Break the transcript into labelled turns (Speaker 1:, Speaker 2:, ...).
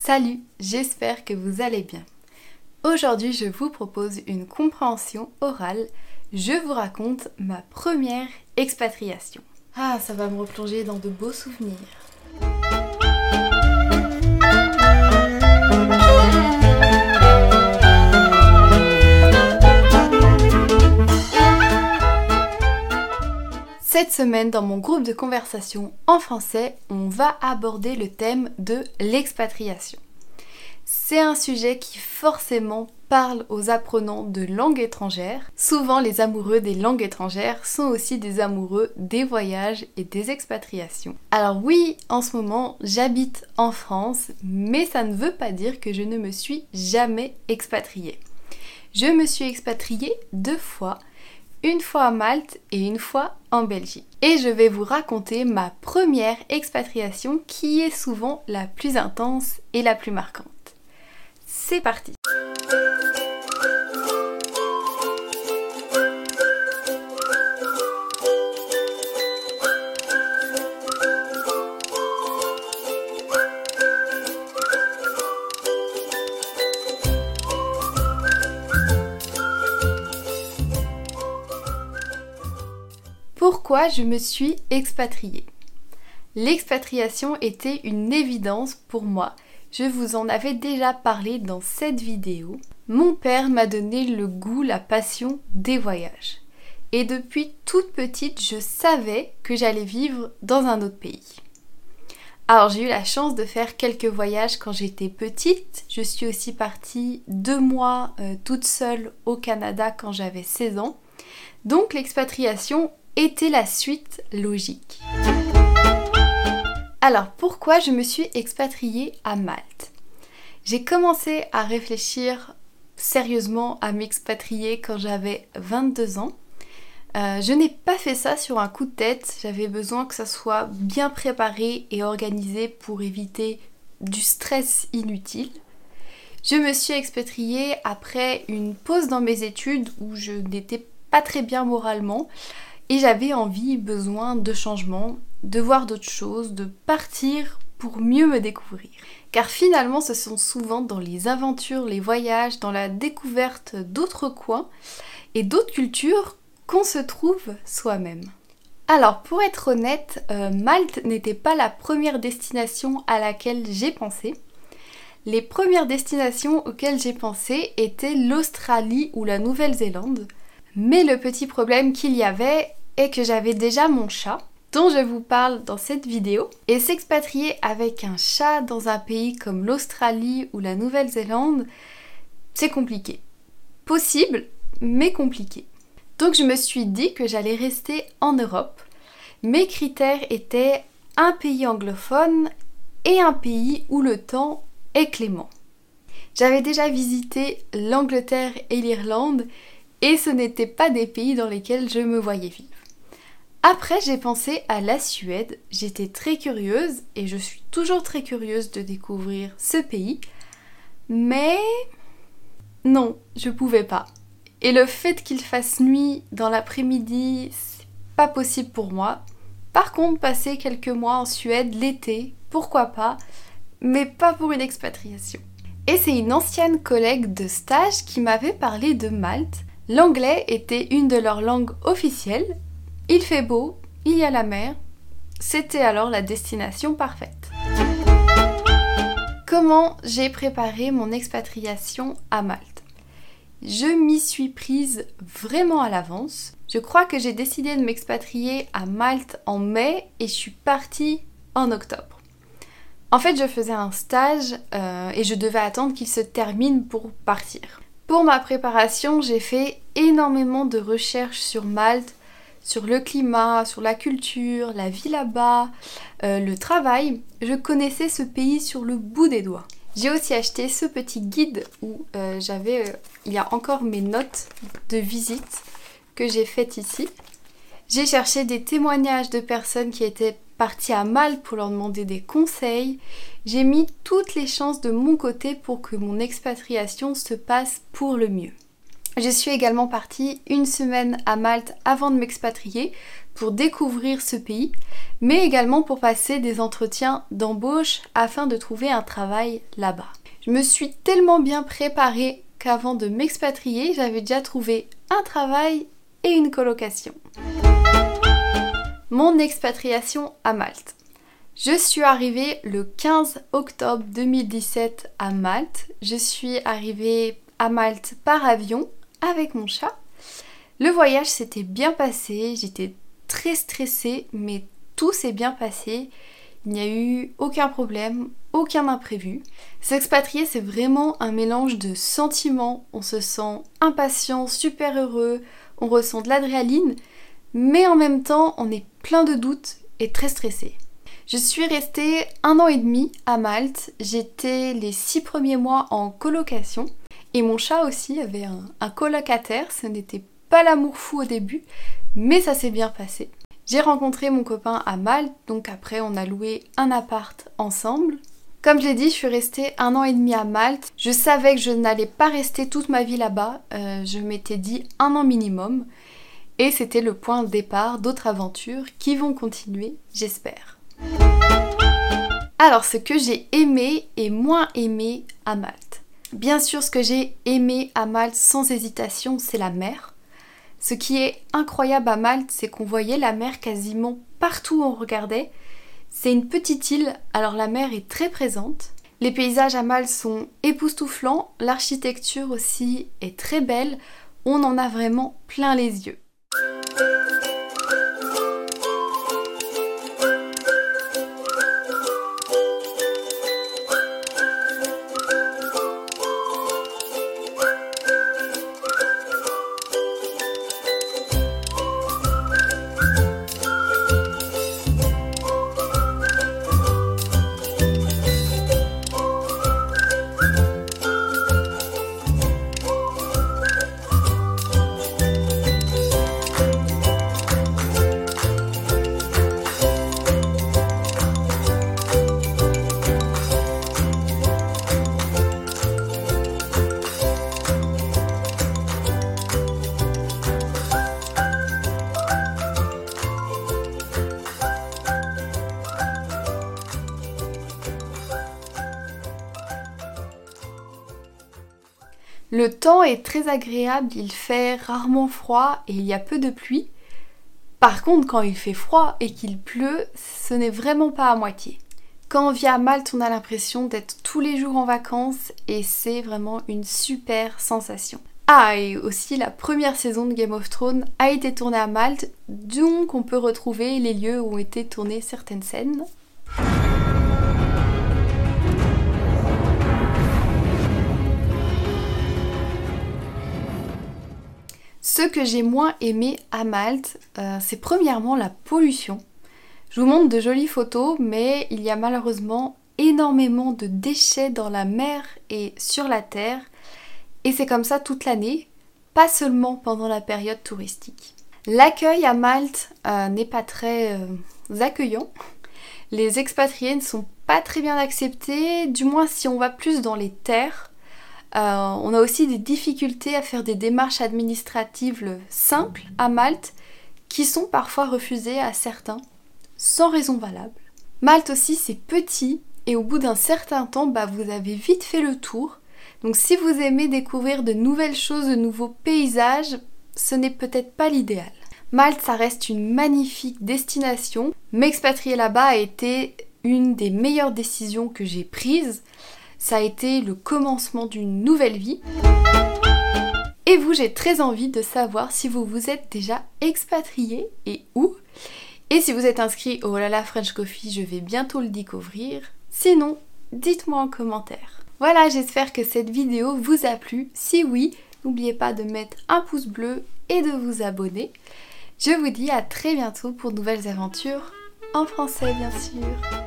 Speaker 1: Salut, j'espère que vous allez bien. Aujourd'hui, je vous propose une compréhension orale. Je vous raconte ma première expatriation. Ah, ça va me replonger dans de beaux souvenirs. Cette semaine, dans mon groupe de conversation en français, on va aborder le thème de l'expatriation. C'est un sujet qui forcément parle aux apprenants de langues étrangères. Souvent, les amoureux des langues étrangères sont aussi des amoureux des voyages et des expatriations. Alors oui, en ce moment, j'habite en France, mais ça ne veut pas dire que je ne me suis jamais expatriée. Je me suis expatriée 2 fois. Une fois à Malte et une fois en Belgique. Et je vais vous raconter ma première expatriation qui est souvent la plus intense et la plus marquante. C'est parti! Pourquoi je me suis expatriée? L'expatriation était une évidence pour moi. Je vous en avais déjà parlé dans cette vidéo. Mon père m'a donné le goût, la passion des voyages. Et depuis toute petite, je savais que j'allais vivre dans un autre pays. Alors j'ai eu la chance de faire quelques voyages quand j'étais petite. Je suis aussi partie 2 mois toute seule au Canada quand j'avais 16 ans. Donc l'expatriation était la suite logique. Alors pourquoi je me suis expatriée à Malte? J'ai commencé à réfléchir sérieusement à m'expatrier quand j'avais 22 ans. Je n'ai pas fait ça sur un coup de tête, j'avais besoin que ça soit bien préparé et organisé pour éviter du stress inutile. Je me suis expatriée après une pause dans mes études où je n'étais pas très bien moralement. Et j'avais besoin de changement, de voir d'autres choses, de partir pour mieux me découvrir. Car finalement, ce sont souvent dans les aventures, les voyages, dans la découverte d'autres coins et d'autres cultures qu'on se trouve soi-même. Alors, pour être honnête, Malte n'était pas la première destination à laquelle j'ai pensé. Les premières destinations auxquelles j'ai pensé étaient l'Australie ou la Nouvelle-Zélande. Mais le petit problème qu'il y avait est que j'avais déjà mon chat, dont je vous parle dans cette vidéo, et s'expatrier avec un chat dans un pays comme l'Australie ou la Nouvelle-Zélande, c'est compliqué. Possible, mais compliqué. Donc je me suis dit que j'allais rester en Europe. Mes critères étaient un pays anglophone et un pays où le temps est clément. J'avais déjà visité l'Angleterre et l'Irlande, et ce n'étaient pas des pays dans lesquels je me voyais vivre. Après, j'ai pensé à la Suède. J'étais très curieuse, et je suis toujours très curieuse de découvrir ce pays. Mais non, je pouvais pas. Et le fait qu'il fasse nuit dans l'après-midi, c'est pas possible pour moi. Par contre, passer quelques mois en Suède l'été, pourquoi pas, mais pas pour une expatriation. Et c'est une ancienne collègue de stage qui m'avait parlé de Malte. L'anglais était une de leurs langues officielles. Il fait beau, il y a la mer. C'était alors la destination parfaite. Comment j'ai préparé mon expatriation à Malte? Je m'y suis prise vraiment à l'avance. Je crois que j'ai décidé de m'expatrier à Malte en mai et je suis partie en octobre. En fait, je faisais un stage et je devais attendre qu'il se termine pour partir. Pour ma préparation, j'ai fait énormément de recherches sur Malte, sur le climat, sur la culture, la vie là-bas, le travail. Je connaissais ce pays sur le bout des doigts. J'ai aussi acheté ce petit guide où il y a encore mes notes de visite que j'ai faites ici. J'ai cherché des témoignages de personnes qui étaient parties à Malte pour leur demander des conseils. J'ai mis toutes les chances de mon côté pour que mon expatriation se passe pour le mieux. Je suis également partie 1 semaine à Malte avant de m'expatrier, pour découvrir ce pays, mais également pour passer des entretiens d'embauche afin de trouver un travail là-bas. Je me suis tellement bien préparée qu'avant de m'expatrier, j'avais déjà trouvé un travail et une colocation. Mon expatriation à Malte. Je suis arrivée le 15 octobre 2017 à Malte. Je suis arrivée à Malte par avion avec mon chat. Le voyage s'était bien passé, j'étais très stressée, mais tout s'est bien passé. Il n'y a eu aucun problème, aucun imprévu. S'expatrier, c'est vraiment un mélange de sentiments. On se sent impatient, super heureux, on ressent de l'adrénaline, mais en même temps, on est plein de doutes et très stressé. Je suis restée 1 an et demi à Malte. J'étais les 6 premiers mois en colocation. Et mon chat aussi avait un colocataire. Ce n'était pas l'amour fou au début, mais ça s'est bien passé. J'ai rencontré mon copain à Malte, donc après on a loué un appart ensemble. Comme je l'ai dit, je suis restée 1 an et demi à Malte. Je savais que je n'allais pas rester toute ma vie là-bas. Je m'étais dit 1 an minimum. Et c'était le point de départ d'autres aventures qui vont continuer, j'espère. Alors, ce que j'ai aimé et moins aimé à Malte. Bien sûr, ce que j'ai aimé à Malte sans hésitation, c'est la mer. Ce qui est incroyable à Malte, c'est qu'on voyait la mer quasiment partout où on regardait. C'est une petite île, alors la mer est très présente. Les paysages à Malte sont époustouflants, l'architecture aussi est très belle, on en a vraiment plein les yeux. Le temps est très agréable, il fait rarement froid et il y a peu de pluie. Par contre, quand il fait froid et qu'il pleut, ce n'est vraiment pas à moitié. Quand on vit à Malte, on a l'impression d'être tous les jours en vacances et c'est vraiment une super sensation. Ah, et aussi la première saison de Game of Thrones a été tournée à Malte, donc on peut retrouver les lieux où ont été tournées certaines scènes. Ce que j'ai moins aimé à Malte, c'est premièrement la pollution. Je vous montre de jolies photos, mais il y a malheureusement énormément de déchets dans la mer et sur la terre. Et c'est comme ça toute l'année, pas seulement pendant la période touristique. L'accueil à Malte n'est pas très accueillant. Les expatriés ne sont pas très bien acceptés, du moins si on va plus dans les terres. On a aussi des difficultés à faire des démarches administratives simples à Malte qui sont parfois refusées à certains sans raison valable. Malte aussi c'est petit et au bout d'un certain temps vous avez vite fait le tour. Donc si vous aimez découvrir de nouvelles choses, de nouveaux paysages, ce n'est peut-être pas l'idéal. Malte ça reste une magnifique destination. M'expatrier là-bas a été une des meilleures décisions que j'ai prises. Ça a été le commencement d'une nouvelle vie. Et vous, j'ai très envie de savoir si vous vous êtes déjà expatrié et où. Et si vous êtes inscrit au Olala French Coffee, je vais bientôt le découvrir. Sinon, dites-moi en commentaire. Voilà, j'espère que cette vidéo vous a plu. Si oui, n'oubliez pas de mettre un pouce bleu et de vous abonner. Je vous dis à très bientôt pour de nouvelles aventures en français bien sûr.